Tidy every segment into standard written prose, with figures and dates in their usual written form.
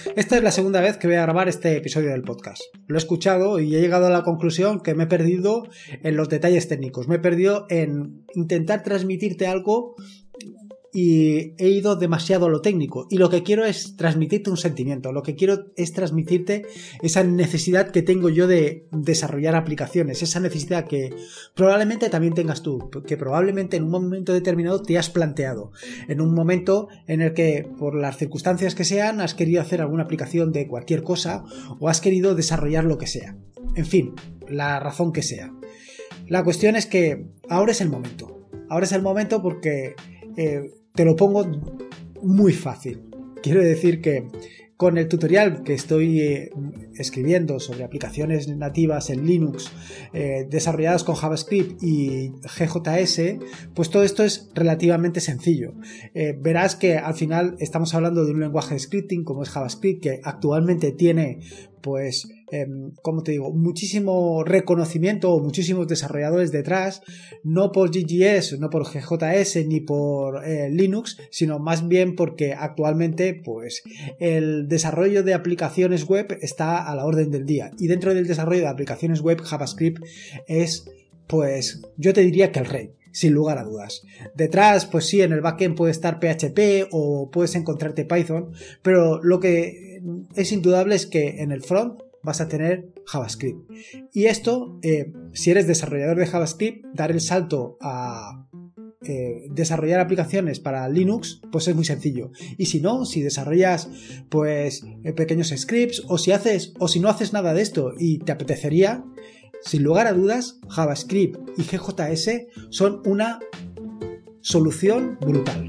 Esta es la segunda vez que voy a grabar este episodio del podcast. Lo he escuchado y he llegado a la conclusión que me he perdido en los detalles técnicos. Me he perdido en intentar transmitirte algo y he ido demasiado a lo técnico. Y lo que quiero es transmitirte un sentimiento. Lo que quiero es transmitirte esa necesidad que tengo yo de desarrollar aplicaciones. Esa necesidad que probablemente también tengas tú. Que probablemente en un momento determinado te has planteado. En un momento en el que, por las circunstancias que sean, has querido hacer alguna aplicación de cualquier cosa o has querido desarrollar lo que sea. En fin, la razón que sea. La cuestión es que ahora es el momento. Ahora es el momento porque te lo pongo muy fácil. Quiero decir que con el tutorial que estoy escribiendo sobre aplicaciones nativas en Linux desarrolladas con JavaScript y GJS, pues todo esto es relativamente sencillo. Verás que al final estamos hablando de un lenguaje de scripting como es JavaScript, que actualmente tiene, pues, como te digo, muchísimo reconocimiento o muchísimos desarrolladores detrás, no por GJS, no por GJS ni por Linux, sino más bien porque actualmente, pues, el desarrollo de aplicaciones web está a la orden del día, y dentro del desarrollo de aplicaciones web JavaScript es, pues, yo te diría que el rey, sin lugar a dudas. Detrás, pues sí, en el backend puede estar PHP o puedes encontrarte Python, pero lo que es indudable es que en el front vas a tener JavaScript. Y esto, si eres desarrollador de JavaScript, dar el salto a desarrollar aplicaciones para Linux, pues es muy sencillo. Y si no, si desarrollas pues pequeños scripts, o si no haces nada de esto y te apetecería, sin lugar a dudas, JavaScript y GJS son una solución brutal.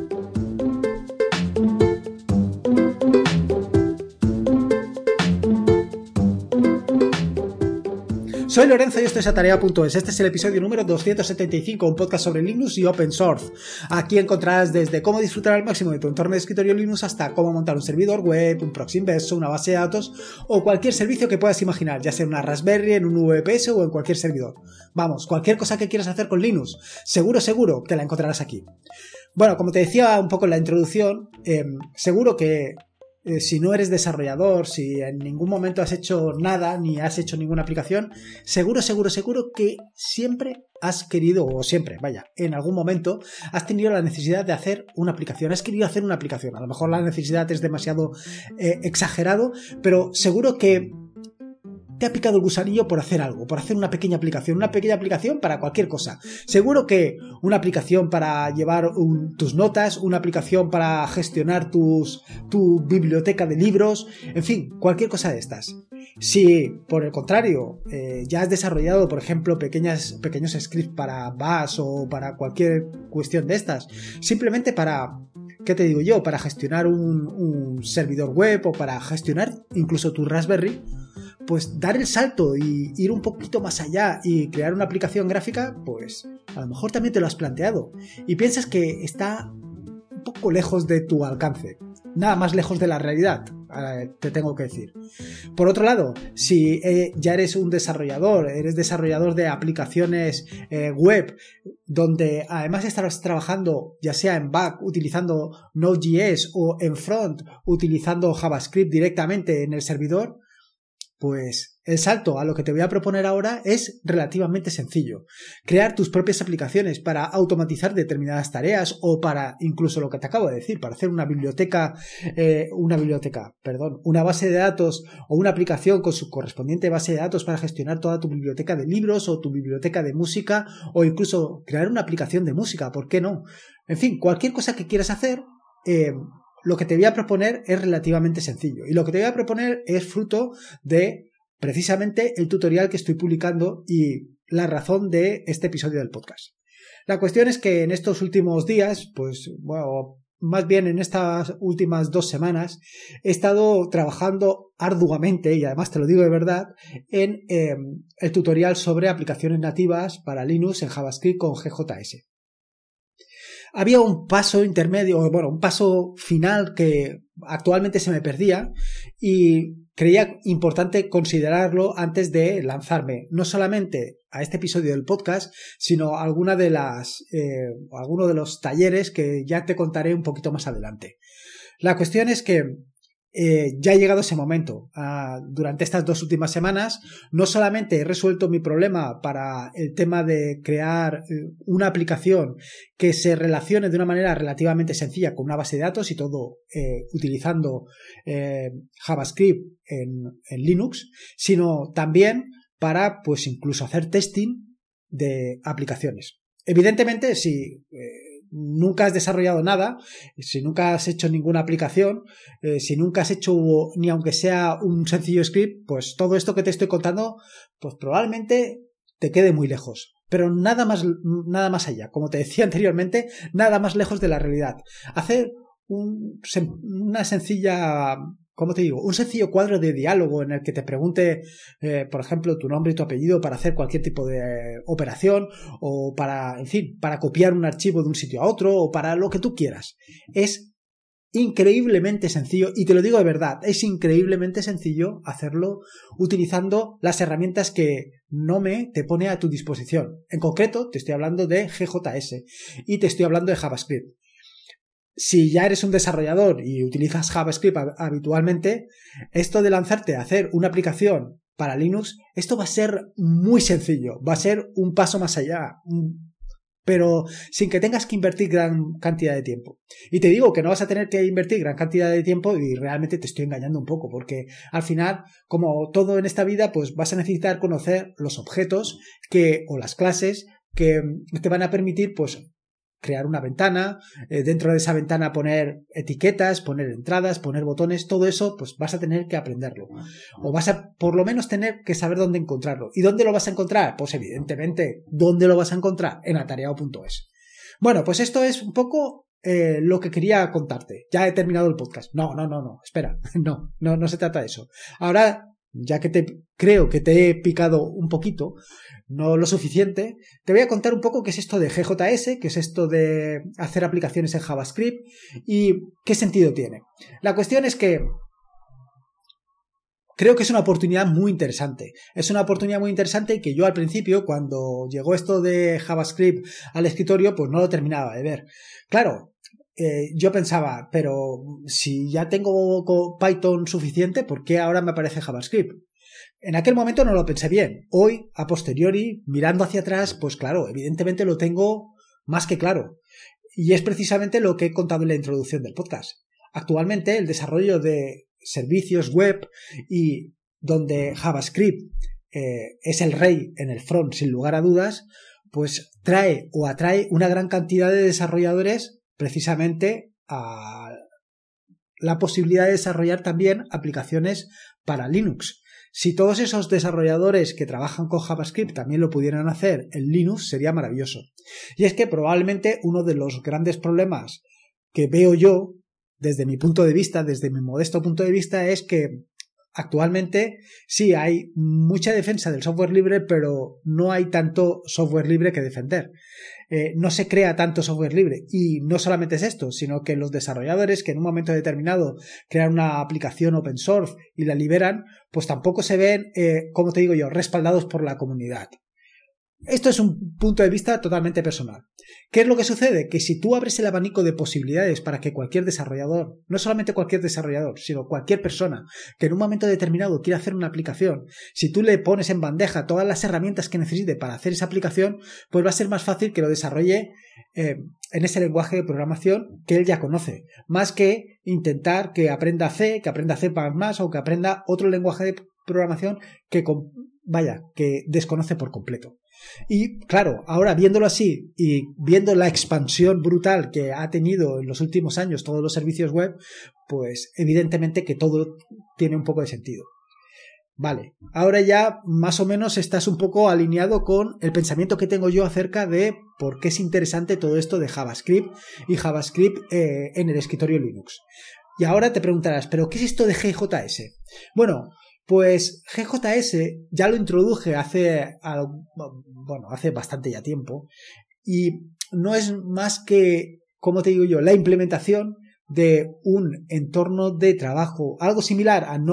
Soy Lorenzo y esto es Atareado.es. Este es el episodio número 275, un podcast sobre Linux y Open Source. Aquí encontrarás desde cómo disfrutar al máximo de tu entorno de escritorio Linux hasta cómo montar un servidor web, un proxy inverso, una base de datos o cualquier servicio que puedas imaginar, ya sea en una Raspberry, en un VPS o en cualquier servidor. Vamos, cualquier cosa que quieras hacer con Linux, seguro que la encontrarás aquí. Bueno, como te decía un poco en la introducción, seguro que si no eres desarrollador, si en ningún momento has hecho nada, ni has hecho ninguna aplicación, seguro que siempre has querido, o siempre, vaya, en algún momento has tenido la necesidad de hacer una aplicación, has querido hacer una aplicación. A lo mejor la necesidad es demasiado exagerado, pero seguro que te ha picado el gusanillo por hacer algo, por hacer una pequeña aplicación para cualquier cosa. Seguro que una aplicación para llevar tus notas, una aplicación para gestionar tu biblioteca de libros, en fin, cualquier cosa de estas. Si, por el contrario, ya has desarrollado, por ejemplo, pequeños scripts para Bash o para cualquier cuestión de estas, simplemente para, ¿qué te digo yo?, para gestionar un servidor web o para gestionar incluso tu Raspberry, pues dar el salto y ir un poquito más allá y crear una aplicación gráfica, pues a lo mejor también te lo has planteado y piensas que está un poco lejos de tu alcance, nada más lejos de la realidad, te tengo que decir. Por otro lado, si ya eres un desarrollador, eres desarrollador de aplicaciones web, donde además estarás trabajando ya sea en back utilizando Node.js o en front utilizando JavaScript directamente en el servidor, pues el salto a lo que te voy a proponer ahora es relativamente sencillo. Crear tus propias aplicaciones para automatizar determinadas tareas o para, incluso lo que te acabo de decir, para hacer una base de datos o una aplicación con su correspondiente base de datos para gestionar toda tu biblioteca de libros o tu biblioteca de música o incluso crear una aplicación de música, ¿por qué no? En fin, cualquier cosa que quieras hacer, lo que te voy a proponer es relativamente sencillo y lo que te voy a proponer es fruto de precisamente el tutorial que estoy publicando y la razón de este episodio del podcast. La cuestión es que en estos últimos días, pues bueno, más bien en estas últimas 2 semanas, he estado trabajando arduamente, y además te lo digo de verdad, en el tutorial sobre aplicaciones nativas para Linux en JavaScript con GJS. Había un paso intermedio, bueno, un paso final que actualmente se me perdía y creía importante considerarlo antes de lanzarme no solamente a este episodio del podcast, sino a alguno de los talleres que ya te contaré un poquito más adelante. La cuestión es que ya ha llegado ese momento. Durante estas 2 últimas semanas no solamente he resuelto mi problema para el tema de crear una aplicación que se relacione de una manera relativamente sencilla con una base de datos y todo utilizando JavaScript en Linux, sino también para pues incluso hacer testing de aplicaciones. Evidentemente, si nunca has desarrollado nada, si nunca has hecho ninguna aplicación, si nunca has hecho ni aunque sea un sencillo script, pues todo esto que te estoy contando, pues probablemente te quede muy lejos. Pero nada más allá, como te decía anteriormente, nada más lejos de la realidad. Hacer una sencilla... ¿Cómo te digo? Un sencillo cuadro de diálogo en el que te pregunte, por ejemplo, tu nombre y tu apellido para hacer cualquier tipo de operación o para, en fin, para copiar un archivo de un sitio a otro o para lo que tú quieras. Es increíblemente sencillo, y te lo digo de verdad, es increíblemente sencillo hacerlo utilizando las herramientas que Nome te pone a tu disposición. En concreto, te estoy hablando de GJS y te estoy hablando de JavaScript. Si ya eres un desarrollador y utilizas JavaScript habitualmente, esto de lanzarte a hacer una aplicación para Linux, esto va a ser muy sencillo, va a ser un paso más allá, pero sin que tengas que invertir gran cantidad de tiempo. Y te digo que no vas a tener que invertir gran cantidad de tiempo y realmente te estoy engañando un poco, porque al final, como todo en esta vida, pues vas a necesitar conocer los objetos o las clases que te van a permitir, pues, crear una ventana, dentro de esa ventana poner etiquetas, poner entradas, poner botones, todo eso pues vas a tener que aprenderlo. O vas a por lo menos tener que saber dónde encontrarlo. ¿Y dónde lo vas a encontrar? Pues evidentemente, ¿dónde lo vas a encontrar? En atareado.es. Bueno, pues esto es un poco lo que quería contarte. Ya he terminado el podcast. No, espera, no se trata de eso. Ahora, ya que creo que te he picado un poquito, no lo suficiente, te voy a contar un poco qué es esto de GJS, qué es esto de hacer aplicaciones en JavaScript y qué sentido tiene. La cuestión es que creo que es una oportunidad muy interesante. Es una oportunidad muy interesante y que yo al principio, cuando llegó esto de JavaScript al escritorio, pues no lo terminaba de ver. Claro, yo pensaba, pero si ya tengo Python suficiente, ¿por qué ahora me aparece JavaScript? En aquel momento no lo pensé bien. Hoy, a posteriori, mirando hacia atrás, pues claro, evidentemente lo tengo más que claro. Y es precisamente lo que he contado en la introducción del podcast. Actualmente, el desarrollo de servicios web y donde JavaScript es el rey en el front, sin lugar a dudas, pues trae o atrae una gran cantidad de desarrolladores precisamente a la posibilidad de desarrollar también aplicaciones para Linux. Si todos esos desarrolladores que trabajan con JavaScript también lo pudieran hacer en Linux, sería maravilloso. Y es que probablemente uno de los grandes problemas que veo yo, desde mi punto de vista, desde mi modesto punto de vista, es que actualmente sí hay mucha defensa del software libre, pero no hay tanto software libre que defender. No se crea tanto software libre, y no solamente es esto, sino que los desarrolladores que en un momento determinado crean una aplicación open source y la liberan, pues tampoco se ven, como te digo yo, respaldados por la comunidad. Esto es un punto de vista totalmente personal. ¿Qué es lo que sucede? Que si tú abres el abanico de posibilidades para que cualquier desarrollador, no solamente cualquier desarrollador, sino cualquier persona que en un momento determinado quiera hacer una aplicación, si tú le pones en bandeja todas las herramientas que necesite para hacer esa aplicación, pues va a ser más fácil que lo desarrolle en ese lenguaje de programación que él ya conoce, más que intentar que aprenda C, que aprenda C++ o que aprenda otro lenguaje de programación que desconoce por completo. Y claro, ahora viéndolo así y viendo la expansión brutal que ha tenido en los últimos años todos los servicios web, pues evidentemente que todo tiene un poco de sentido. Vale, ahora ya más o menos estás un poco alineado con el pensamiento que tengo yo acerca de por qué es interesante todo esto de JavaScript y JavaScript en el escritorio Linux. Y ahora te preguntarás, ¿pero qué es esto de GJS? Bueno, pues GJS ya lo introduje hace bastante ya tiempo, y no es más que, como te digo yo, la implementación de un entorno de trabajo, algo similar a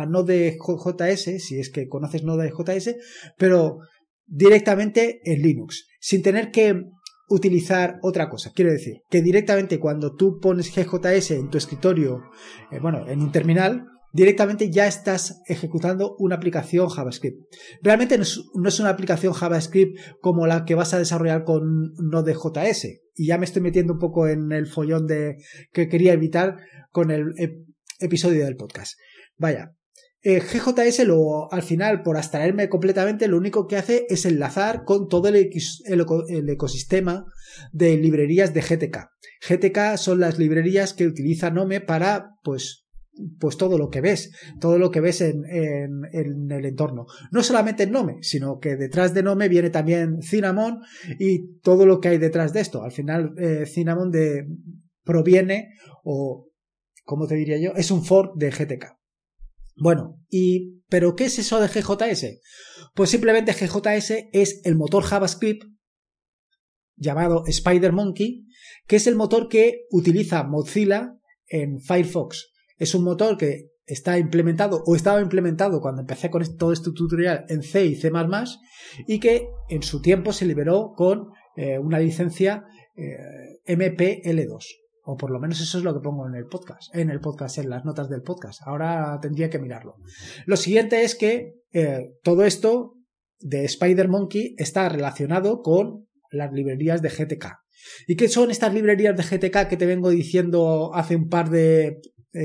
Node.js, si es que conoces Node.js, pero directamente en Linux, sin tener que utilizar otra cosa. Quiero decir que directamente cuando tú pones GJS en tu escritorio, en un terminal, directamente ya estás ejecutando una aplicación JavaScript. Realmente no es una aplicación JavaScript como la que vas a desarrollar con Node.js. Y ya me estoy metiendo un poco en el follón que quería evitar con el episodio del podcast. Vaya. GJS al final, por abstraerme completamente, lo único que hace es enlazar con todo el ecosistema de librerías de GTK. GTK son las librerías que utiliza Nome para, pues todo lo que ves en el entorno. No solamente en Nome, sino que detrás de Nome viene también Cinnamon y todo lo que hay detrás de esto. Al final, Cinnamon proviene, o ¿cómo te diría yo? Es un fork de GTK. Bueno, ¿pero qué es eso de GJS? Pues simplemente GJS es el motor JavaScript llamado SpiderMonkey, que es el motor que utiliza Mozilla en Firefox. Es un motor que está implementado o estaba implementado cuando empecé con todo este tutorial en C y C++, y que en su tiempo se liberó con una licencia MPL2. O por lo menos eso es lo que pongo en las notas del podcast. Ahora tendría que mirarlo. Lo siguiente es que todo esto de SpiderMonkey está relacionado con las librerías de GTK. ¿Y qué son estas librerías de GTK que te vengo diciendo hace un par de...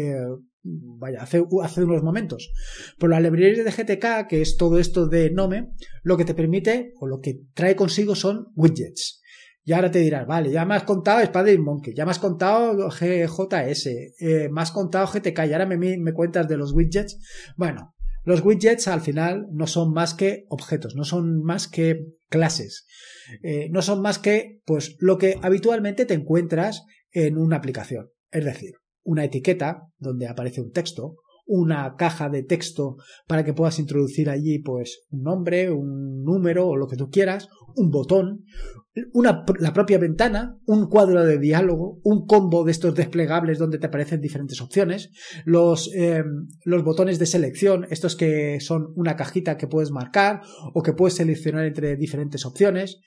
hace unos momentos? Pues las librerías de GTK, que es todo esto de Nome, lo que te permite o lo que trae consigo son widgets. Y ahora te dirás, vale, ya me has contado SpiderMonkey, ya me has contado GJS, me has contado GTK y ahora me cuentas de los widgets. Bueno, los widgets al final no son más que objetos, no son más que clases, no son más que pues lo que habitualmente te encuentras en una aplicación. Es decir, una etiqueta donde aparece un texto, una caja de texto para que puedas introducir allí pues un nombre, un número o lo que tú quieras, un botón, la propia ventana, un cuadro de diálogo, un combo de estos desplegables donde te aparecen diferentes opciones, los botones de selección, estos que son una cajita que puedes marcar o que puedes seleccionar entre diferentes opciones,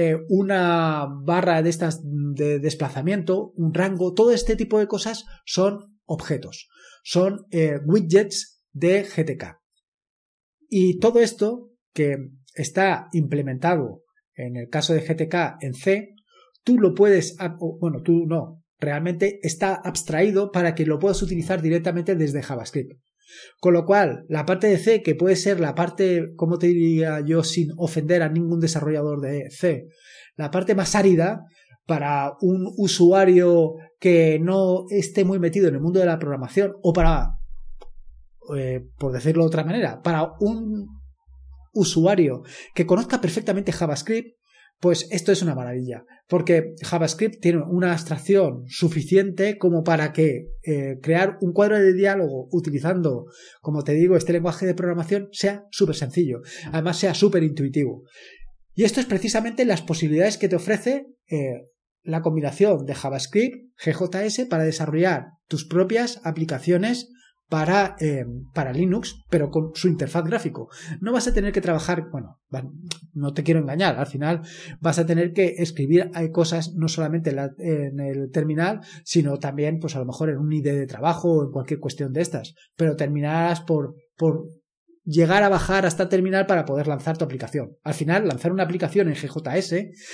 una barra de estas de desplazamiento, un rango, todo este tipo de cosas son objetos, son widgets de GTK. Y todo esto que está implementado en el caso de GTK en C, tú lo puedes, tú no, realmente está abstraído para que lo puedas utilizar directamente desde JavaScript. Con lo cual, la parte de C, que puede ser la parte, como te diría yo, sin ofender a ningún desarrollador de C, la parte más árida para un usuario que no esté muy metido en el mundo de la programación, o para, por decirlo de otra manera, para un usuario que conozca perfectamente JavaScript, pues esto es una maravilla, porque JavaScript tiene una abstracción suficiente como para que crear un cuadro de diálogo utilizando, como te digo, este lenguaje de programación sea súper sencillo, además sea súper intuitivo. Y esto es precisamente las posibilidades que te ofrece la combinación de JavaScript, GJS, para desarrollar tus propias aplicaciones para Linux, pero con su interfaz gráfico. No vas a tener que trabajar, no te quiero engañar, al final vas a tener que escribir cosas no solamente en el terminal, sino también pues a lo mejor en un IDE de trabajo o en cualquier cuestión de estas, pero terminarás por llegar a bajar hasta terminal para poder lanzar tu aplicación. Al final, lanzar una aplicación en GJS,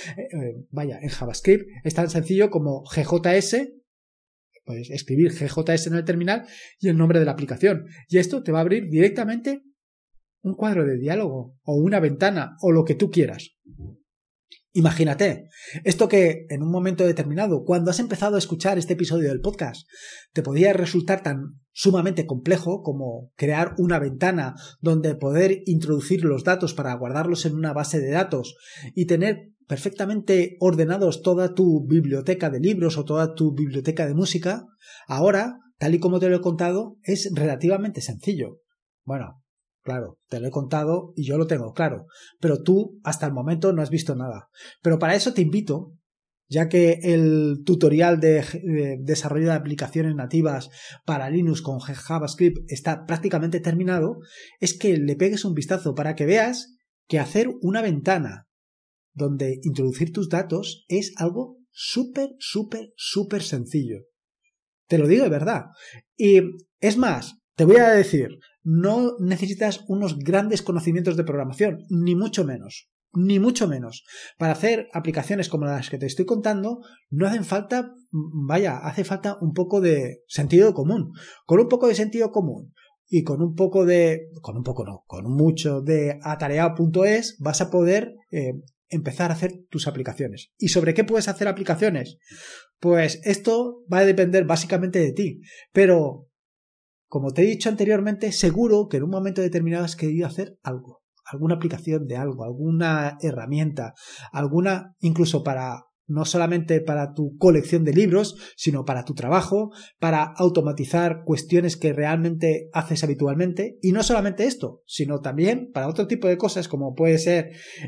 en JavaScript, es tan sencillo como GJS, puedes escribir GJS en el terminal y el nombre de la aplicación. Y esto te va a abrir directamente un cuadro de diálogo o una ventana o lo que tú quieras. Imagínate, esto que en un momento determinado, cuando has empezado a escuchar este episodio del podcast, te podía resultar tan sumamente complejo como crear una ventana donde poder introducir los datos para guardarlos en una base de datos y tener perfectamente ordenados toda tu biblioteca de libros o toda tu biblioteca de música, ahora, tal y como te lo he contado, es relativamente sencillo. Bueno, claro, te lo he contado y yo lo tengo claro, pero tú hasta el momento no has visto nada. Pero para eso te invito, ya que el tutorial de desarrollo de aplicaciones nativas para Linux con JavaScript está prácticamente terminado, es que le pegues un vistazo para que veas que hacer una ventana donde introducir tus datos es algo súper, súper, súper sencillo. Te lo digo de verdad. Y es más, te voy a decir, no necesitas unos grandes conocimientos de programación, ni mucho menos. Ni mucho menos. Para hacer aplicaciones como las que te estoy contando, no hacen falta, hace falta un poco de sentido común. Con un poco de sentido común y con mucho de atareado.es vas a poder empezar a hacer tus aplicaciones. ¿Y sobre qué puedes hacer aplicaciones? Pues esto va a depender básicamente de ti. Pero, como te he dicho anteriormente, seguro que en un momento determinado has querido hacer algo. Alguna aplicación de algo, alguna herramienta, incluso no solamente para tu colección de libros, sino para tu trabajo, para automatizar cuestiones que realmente haces habitualmente. Y no solamente esto, sino también para otro tipo de cosas como puede ser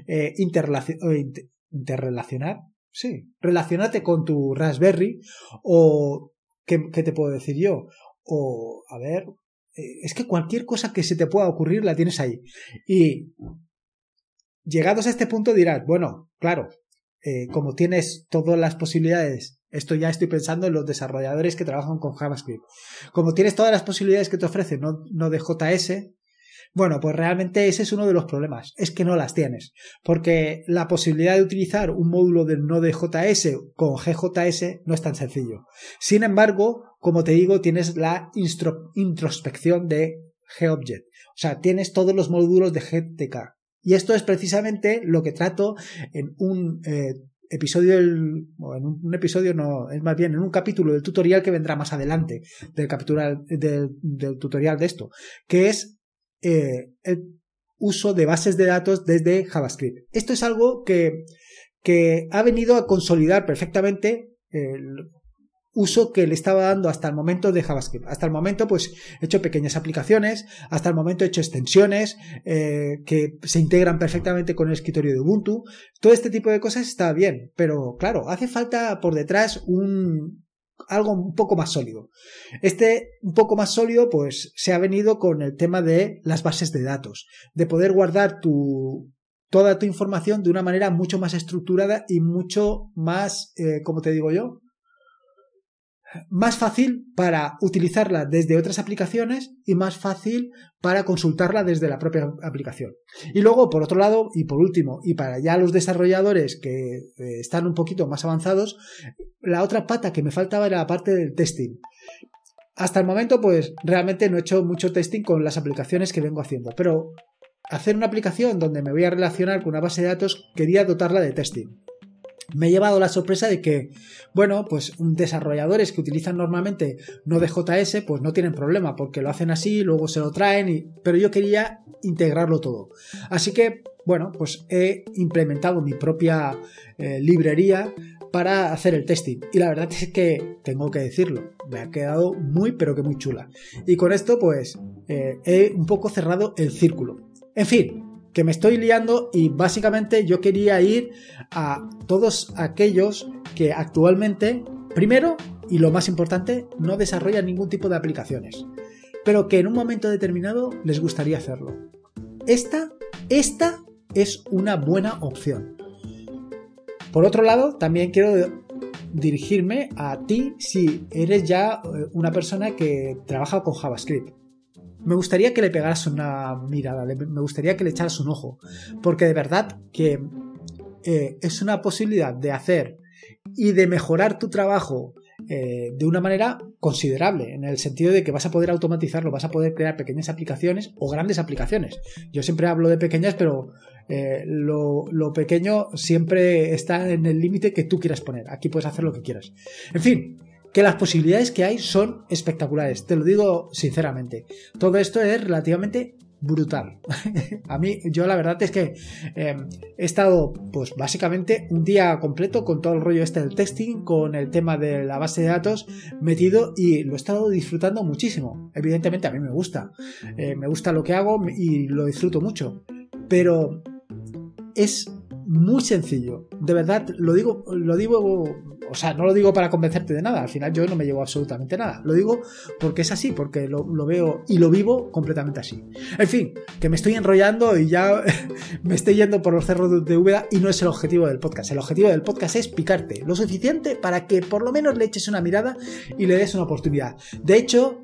interrelacionar. Sí, relacionarte con tu Raspberry o ¿qué te puedo decir yo? O, a ver, es que cualquier cosa que se te pueda ocurrir la tienes ahí. Y llegados a este punto dirás, bueno, claro, como tienes todas las posibilidades, esto ya estoy pensando en los desarrolladores que trabajan con JavaScript, como tienes todas las posibilidades que te ofrece Node.js, bueno, pues realmente ese es uno de los problemas, es que no las tienes, porque la posibilidad de utilizar un módulo de Node.js con GJS no es tan sencillo. Sin embargo, como te digo, tienes la introspección de GObject, o sea, tienes todos los módulos de GTK. Y esto es precisamente lo que trato en un episodio, en un capítulo del tutorial que vendrá más adelante, del tutorial de esto, que es el uso de bases de datos desde JavaScript. Esto es algo que ha venido a consolidar perfectamente el uso que le estaba dando hasta el momento de JavaScript. Hasta el momento pues he hecho pequeñas aplicaciones, hasta el momento he hecho extensiones que se integran perfectamente con el escritorio de Ubuntu. Todo este tipo de cosas está bien, pero claro, hace falta por detrás algo un poco más sólido. Un poco más sólido pues se ha venido con el tema de las bases de datos, de poder guardar toda tu información de una manera mucho más estructurada y mucho más, ¿cómo te digo yo? Más fácil para utilizarla desde otras aplicaciones y más fácil para consultarla desde la propia aplicación. Y luego, por otro lado, y por último, y para ya los desarrolladores que están un poquito más avanzados, la otra pata que me faltaba era la parte del testing. Hasta el momento, pues realmente no he hecho mucho testing con las aplicaciones que vengo haciendo, pero hacer una aplicación donde me voy a relacionar con una base de datos, quería dotarla de testing. Me he llevado la sorpresa de que, bueno, pues desarrolladores que utilizan normalmente Node.js, pues no tienen problema porque lo hacen así, luego se lo traen, pero yo quería integrarlo todo. Así que, bueno, pues he implementado mi propia librería para hacer el testing. Y la verdad es que, tengo que decirlo, me ha quedado muy, pero que muy chula. Y con esto, pues, he un poco cerrado el círculo. En fin, que me estoy liando y básicamente yo quería ir a todos aquellos que actualmente, primero y lo más importante, no desarrollan ningún tipo de aplicaciones, pero que en un momento determinado les gustaría hacerlo. Esta es una buena opción. Por otro lado, también quiero dirigirme a ti si eres ya una persona que trabaja con JavaScript. Me gustaría que le pegaras una mirada, me gustaría que le echaras un ojo, porque de verdad que es una posibilidad de hacer y de mejorar tu trabajo de una manera considerable, en el sentido de que vas a poder automatizarlo, vas a poder crear pequeñas aplicaciones o grandes aplicaciones. Yo siempre hablo de pequeñas, pero lo pequeño siempre está en el límite que tú quieras poner. Aquí puedes hacer lo que quieras. En fin, que las posibilidades que hay son espectaculares, te lo digo sinceramente. Todo esto es relativamente brutal. A mí, yo la verdad es que he estado pues básicamente un día completo con todo el rollo este del testing, con el tema de la base de datos metido, y lo he estado disfrutando muchísimo. Evidentemente a mí me gusta lo que hago y lo disfruto mucho, pero es muy sencillo. De verdad, lo digo, o sea, no lo digo para convencerte de nada. Al final yo no me llevo absolutamente nada. Lo digo porque es así, porque lo veo y lo vivo completamente así. En fin, que me estoy enrollando y ya me estoy yendo por los cerros de Úbeda y no es el objetivo del podcast. El objetivo del podcast es picarte lo suficiente para que por lo menos le eches una mirada y le des una oportunidad. De hecho,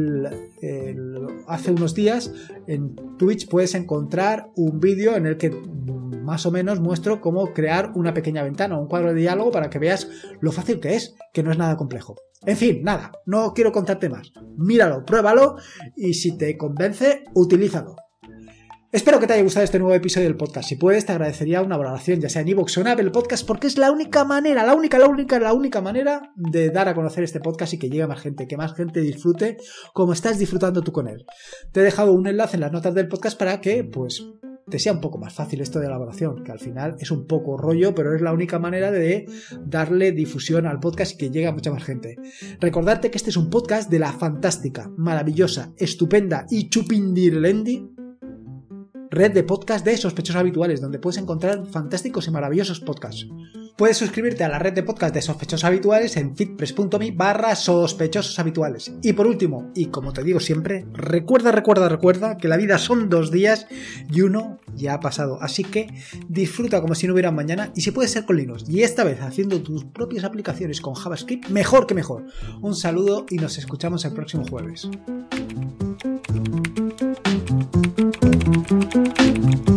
hace unos días en Twitch puedes encontrar un vídeo en el que más o menos muestro cómo crear una pequeña ventana o un cuadro de diálogo para que veas lo fácil que es, que no es nada complejo. En fin, nada, no quiero contarte más. Míralo, pruébalo y si te convence, utilízalo. Espero que te haya gustado este nuevo episodio del podcast. Si puedes, te agradecería una valoración, ya sea en iVoox o en Apple Podcast, porque es la única manera, la única manera de dar a conocer este podcast y que llegue a más gente, que más gente disfrute como estás disfrutando tú con él. Te he dejado un enlace en las notas del podcast para que, pues, te sea un poco más fácil esto de elaboración, que al final es un poco rollo, pero es la única manera de darle difusión al podcast y que llegue a mucha más gente. Recordarte que este es un podcast de la fantástica, maravillosa, estupenda y chupindirlendi red de podcast de Sospechosos Habituales, donde puedes encontrar fantásticos y maravillosos podcasts. Puedes suscribirte a la red de podcast de Sospechosos Habituales en feedpress.me/sospechosos habituales. Y por último, y como te digo siempre, recuerda que la vida son 2 días y uno ya ha pasado. Así que disfruta como si no hubiera mañana y si puede ser con Linux. Y esta vez haciendo tus propias aplicaciones con JavaScript, mejor que mejor. Un saludo y nos escuchamos el próximo jueves.